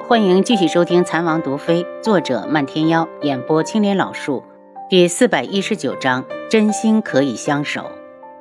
欢迎继续收听《残王毒妃》，作者漫天妖，演播青莲老树，第419章，真心可以相守。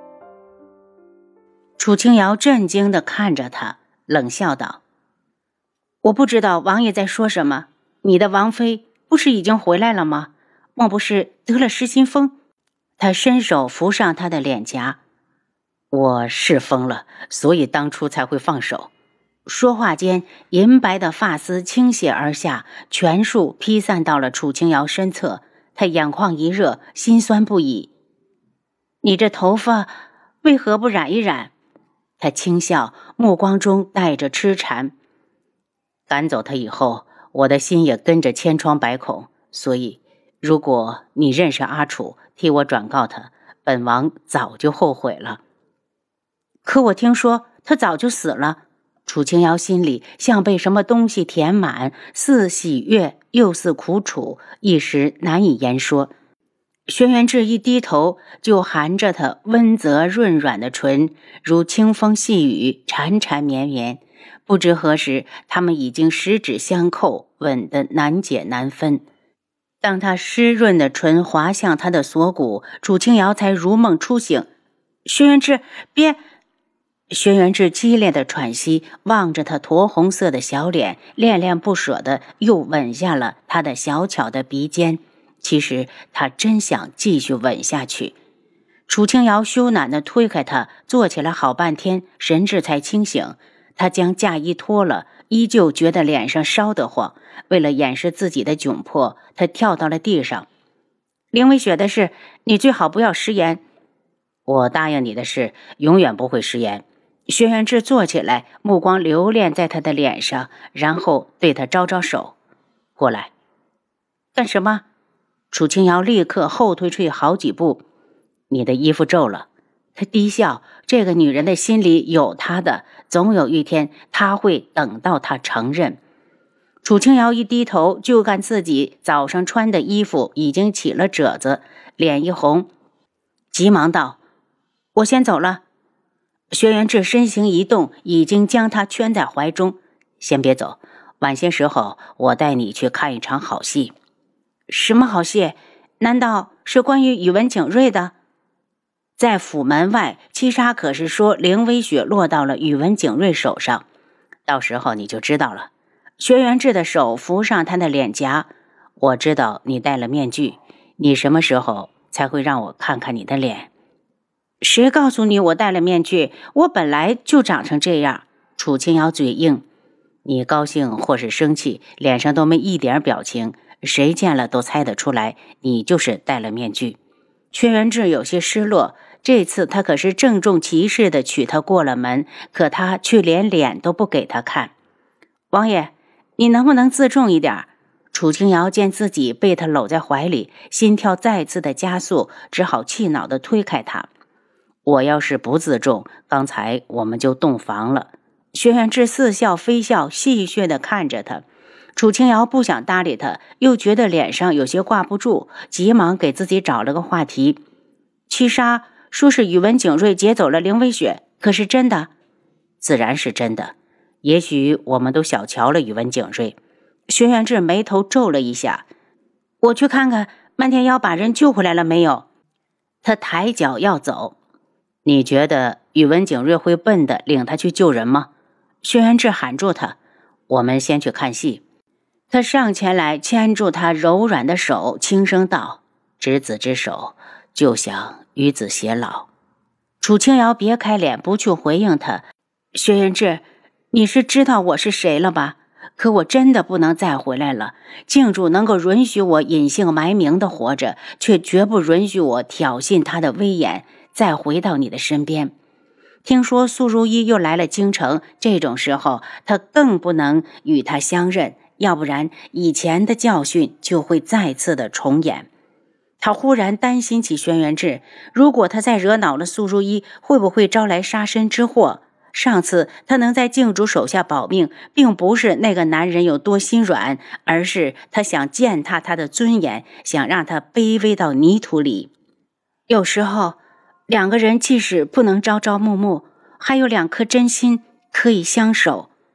楚清瑶震惊地看着他，冷笑道：我不知道王爷在说什么，你的王妃不是已经回来了吗？莫不是得了失心疯？他伸手扶上他的脸颊，我是疯了，所以当初才会放手。说话间，银白的发丝倾泻而下，全数披散到了楚清瑶身侧。他眼眶一热，心酸不已。你这头发为何不染一染？他轻笑，目光中带着痴缠。赶走他以后，我的心也跟着千疮百孔，所以如果你认识阿楚，替我转告他，本王早就后悔了。可我听说他早就死了。楚清瑶心里像被什么东西填满，似喜悦又似苦楚，一时难以言说。轩辕志一低头，就含着他温泽润软的唇，如清风细雨，缠缠绵绵。不知何时，他们已经十指相扣，吻得难解难分。当他湿润的唇滑向他的锁骨，楚清瑶才如梦初醒。轩辕志，别！轩辕志激烈的喘息，望着他酡红色的小脸，恋恋不舍地又吻下了他的小巧的鼻尖。其实他真想继续吻下去。楚清瑶羞赧地推开他，坐起来好半天，神志才清醒。他将嫁衣脱了，依旧觉得脸上烧得慌。为了掩饰自己的窘迫，他跳到了地上。凌微雪的事，你最好不要食言。我答应你的事，永远不会食言。轩辕志坐起来，目光留恋在他的脸上，然后对他招招手：过来。干什么？楚清瑶立刻后退好几步。你的衣服皱了。他低笑，这个女人的心里有他的，总有一天他会等到他承认。楚清瑶一低头，就看自己早上穿的衣服已经起了褶子，脸一红，急忙道：我先走了。轩辕志身形一动，已经将他圈在怀中。先别走，晚些时候我带你去看一场好戏。什么好戏？难道是关于宇文景睿的？在府门外，七杀可是说凌微雪落到了宇文景睿手上，到时候你就知道了。轩辕志的手扶上他的脸颊，我知道你戴了面具，你什么时候才会让我看看你的脸？谁告诉你我戴了面具？我本来就长成这样。楚清瑶嘴硬，你高兴或是生气，脸上都没一点表情，谁见了都猜得出来，你就是戴了面具。轩辕志有些失落，这次他可是郑重其事地娶她过了门，可他却连脸都不给她看。王爷，你能不能自重一点？楚清瑶见自己被他搂在怀里，心跳再次的加速，只好气恼地推开他。我要是不自重，刚才我们就洞房了。轩辕志似笑非笑，戏谑地看着他。楚清瑶不想搭理他，又觉得脸上有些挂不住，急忙给自己找了个话题。七杀说是宇文景睿劫走了凌微雪，可是真的？自然是真的。也许我们都小瞧了宇文景睿。轩辕志眉头皱了一下。我去看看漫天妖把人救回来了没有。他抬脚要走。你觉得宇文景睿会笨的领他去救人吗？轩辕志喊住他，我们先去看戏。他上前来牵住他柔软的手，轻声道：执子之手，就想与子偕老。楚清瑶别开脸，不去回应他。轩辕志，你是知道我是谁了吧？可我真的不能再回来了。靖主能够允许我隐姓埋名的活着，却绝不允许我挑衅他的威严，再回到你的身边。听说苏如意又来了京城，这种时候他更不能与他相认，要不然以前的教训就会再次的重演。他忽然担心起轩辕志，如果他再惹恼了苏如意，会不会招来杀身之祸？上次他能在靖主手下保命，并不是那个男人有多心软，而是他想践踏他的尊严，想让他卑微到泥土里。有时候两个人即使不能朝朝暮暮，还有两颗真心可以相守。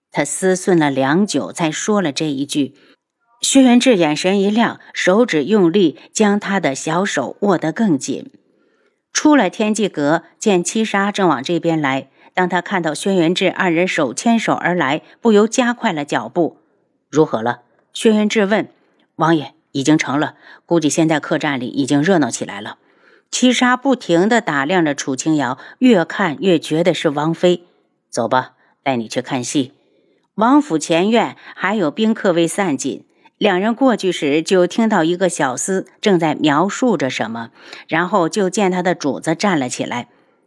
他思忖了良久，才说了这一句。薛元志眼神一亮，手指用力将他的小手握得更紧。出了天际阁，见七杀正往这边来，当他看到薛元志二人手牵手而来，不由加快了脚步。如何了？薛元志问。王爷，已经成了，估计现在客栈里已经热闹起来了。七杀不停地打量着楚清瑶，越看越觉得是王妃。走吧，带你去看戏。王府前院还有宾客未散尽，两人过去时就听到一个小厮正在描述着什么，然后就见他的主子站了起来。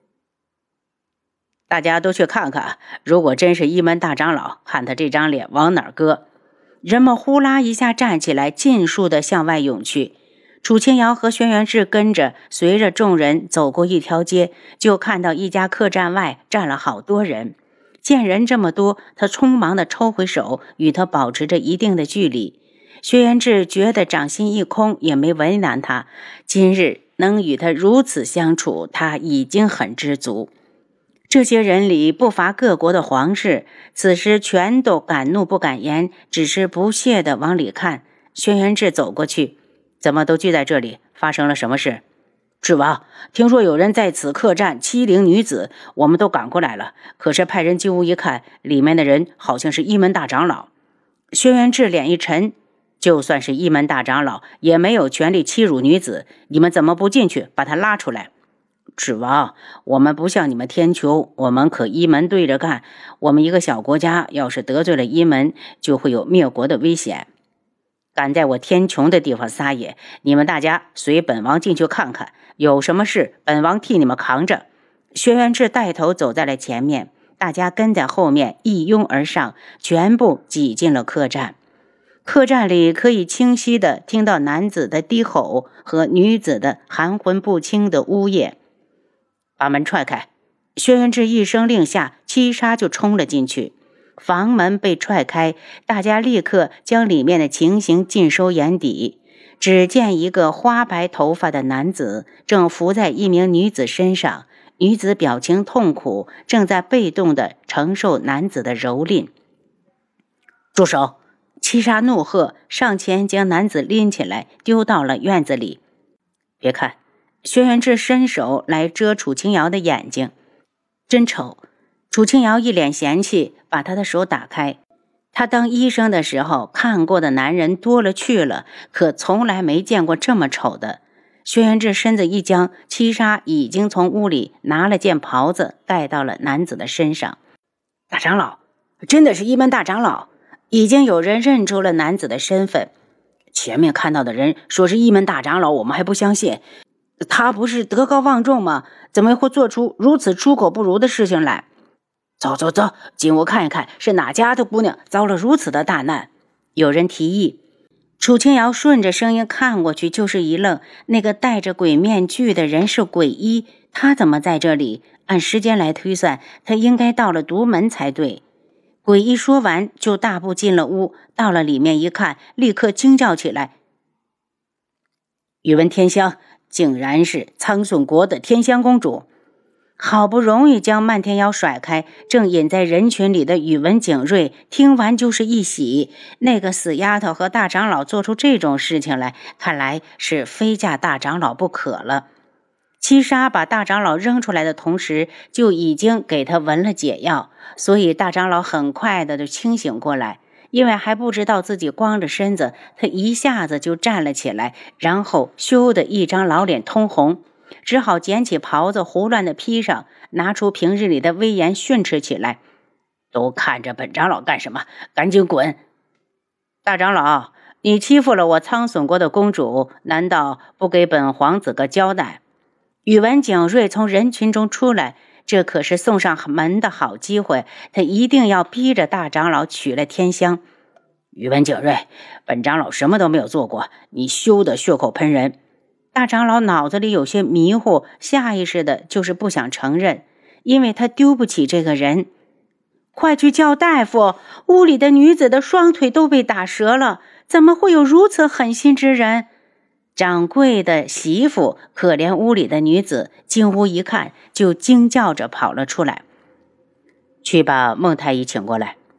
大家都去看看，如果真是一门大长老，看他这张脸往哪儿搁。人们呼啦一下站起来，尽数的向外涌去。楚清瑶和轩辕志跟着随着众人走过一条街，就看到一家客栈外站了好多人。见人这么多，他匆忙地抽回手，与他保持着一定的距离。薛元志觉得掌心一空，也没为难他。今日能与他如此相处，他已经很知足。这些人里不乏各国的皇室，此时全都敢怒不敢言，只是不屑地往里看。薛元志走过去，怎么都聚在这里？发生了什么事？智王，听说有人在此客栈欺凌女子，我们都赶过来了。可是派人进屋一看，里面的人好像是一门大长老。薛元志脸一沉，就算是一门大长老，也没有权利欺辱女子，你们怎么不进去把他拉出来？智王，我们不像你们天穹，我们可一门对着干。我们一个小国家，要是得罪了一门，就会有灭国的危险。敢在我天穹的地方撒野，你们大家随本王进去看看，有什么事本王替你们扛着。薛元志带头走在了前面，大家跟在后面一拥而上，全部挤进了客栈。客栈里可以清晰地听到男子的低吼和女子的含混不清的呜咽。把门踹开！薛元志一声令下，七杀就冲了进去。房门被踹开，大家立刻将里面的情形尽收眼底。只见一个花白头发的男子正伏在一名女子身上，女子表情痛苦，正在被动地承受男子的蹂躏。住手！七杀怒喝，上前将男子拎起来，丢到了院子里。别看！薛元志伸手来遮楚清瑶的眼睛，真丑！楚清瑶一脸嫌弃，把他的手打开。他当医生的时候看过的男人多了去了，可从来没见过这么丑的。薛元志身子一僵，七杀已经从屋里拿了件袍子盖到了男子的身上。大长老，真的是一门大长老！已经有人认出了男子的身份。前面看到的人说是一门大长老，我们还不相信。他不是德高望重吗？怎么会做出如此出口不如的事情来？走走走，进屋看一看，是哪家的姑娘遭了如此的大难？有人提议。楚清瑶顺着声音看过去，就是一愣。那个戴着鬼面具的人是鬼医，他怎么在这里？按时间来推算，他应该到了独门才对。鬼医说完，就大步进了屋，到了里面一看，立刻惊叫起来：宇文天香，竟然是苍隼国的天香公主！好不容易将漫天妖甩开，正隐在人群里的宇文景睿听完就是一喜，那个死丫头和大长老做出这种事情来，看来是非嫁大长老不可了。七杀把大长老扔出来的同时，就已经给他闻了解药，所以大长老很快的就清醒过来。因为还不知道自己光着身子，他一下子就站了起来，然后羞得一张老脸通红，只好捡起袍子胡乱的披上，拿出平日里的威严训斥起来：都看着本长老干什么？赶紧滚！大长老，你欺负了我苍隼国的公主，难道不给本皇子个交代？宇文景睿从人群中出来，这可是送上门的好机会，他一定要逼着大长老娶了天香。宇文景睿，本长老什么都没有做过，你休得血口喷人。大长老脑子里有些迷糊，下意识的就是不想承认，因为他丢不起这个人。快去叫大夫！屋里的女子的双腿都被打折了，怎么会有如此狠心之人？掌柜的媳妇可怜屋里的女子，进屋一看，就惊叫着跑了出来。去把孟太医请过来。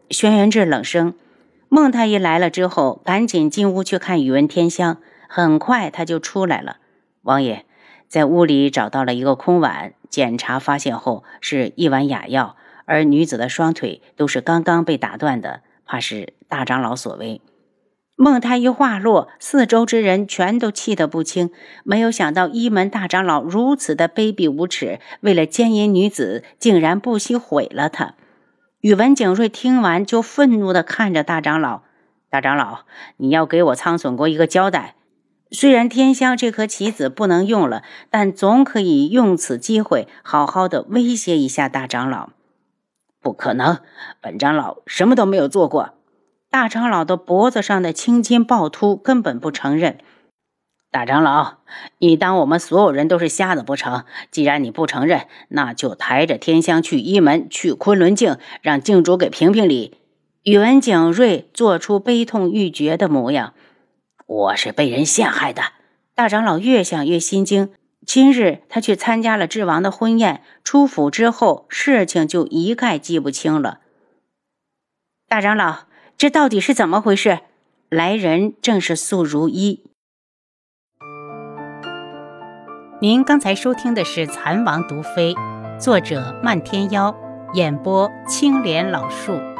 轩辕志冷声。孟太医来了之后，赶紧进屋去看宇文天香，很快他就出来了。王爷，在屋里找到了一个空碗，检查发现后是一碗哑药，而女子的双腿都是刚刚被打断的，怕是大长老所为。孟太医话落，四周之人全都气得不轻，没有想到一门大长老如此的卑鄙无耻，为了奸淫女子，竟然不惜毁了她。宇文景睿听完就愤怒地看着大长老，大长老，你要给我苍隼国一个交代。虽然天香这颗棋子不能用了，但总可以用此机会好好的威胁一下大长老。不可能，本长老什么都没有做过。大长老的脖子上的青筋暴突，根本不承认。大长老，你当我们所有人都是瞎子不成？既然你不承认，那就抬着天香去一门，去昆仑镜，让镜主给评评理。宇文景睿做出悲痛欲绝的模样。我是被人陷害的。大长老越想越心惊。今日他去参加了智王的婚宴，出府之后事情就一概记不清了。大长老，这到底是怎么回事？来人正是素如一。您刚才收听的是《蚕王毒妃》，作者漫天妖，演播青莲老树。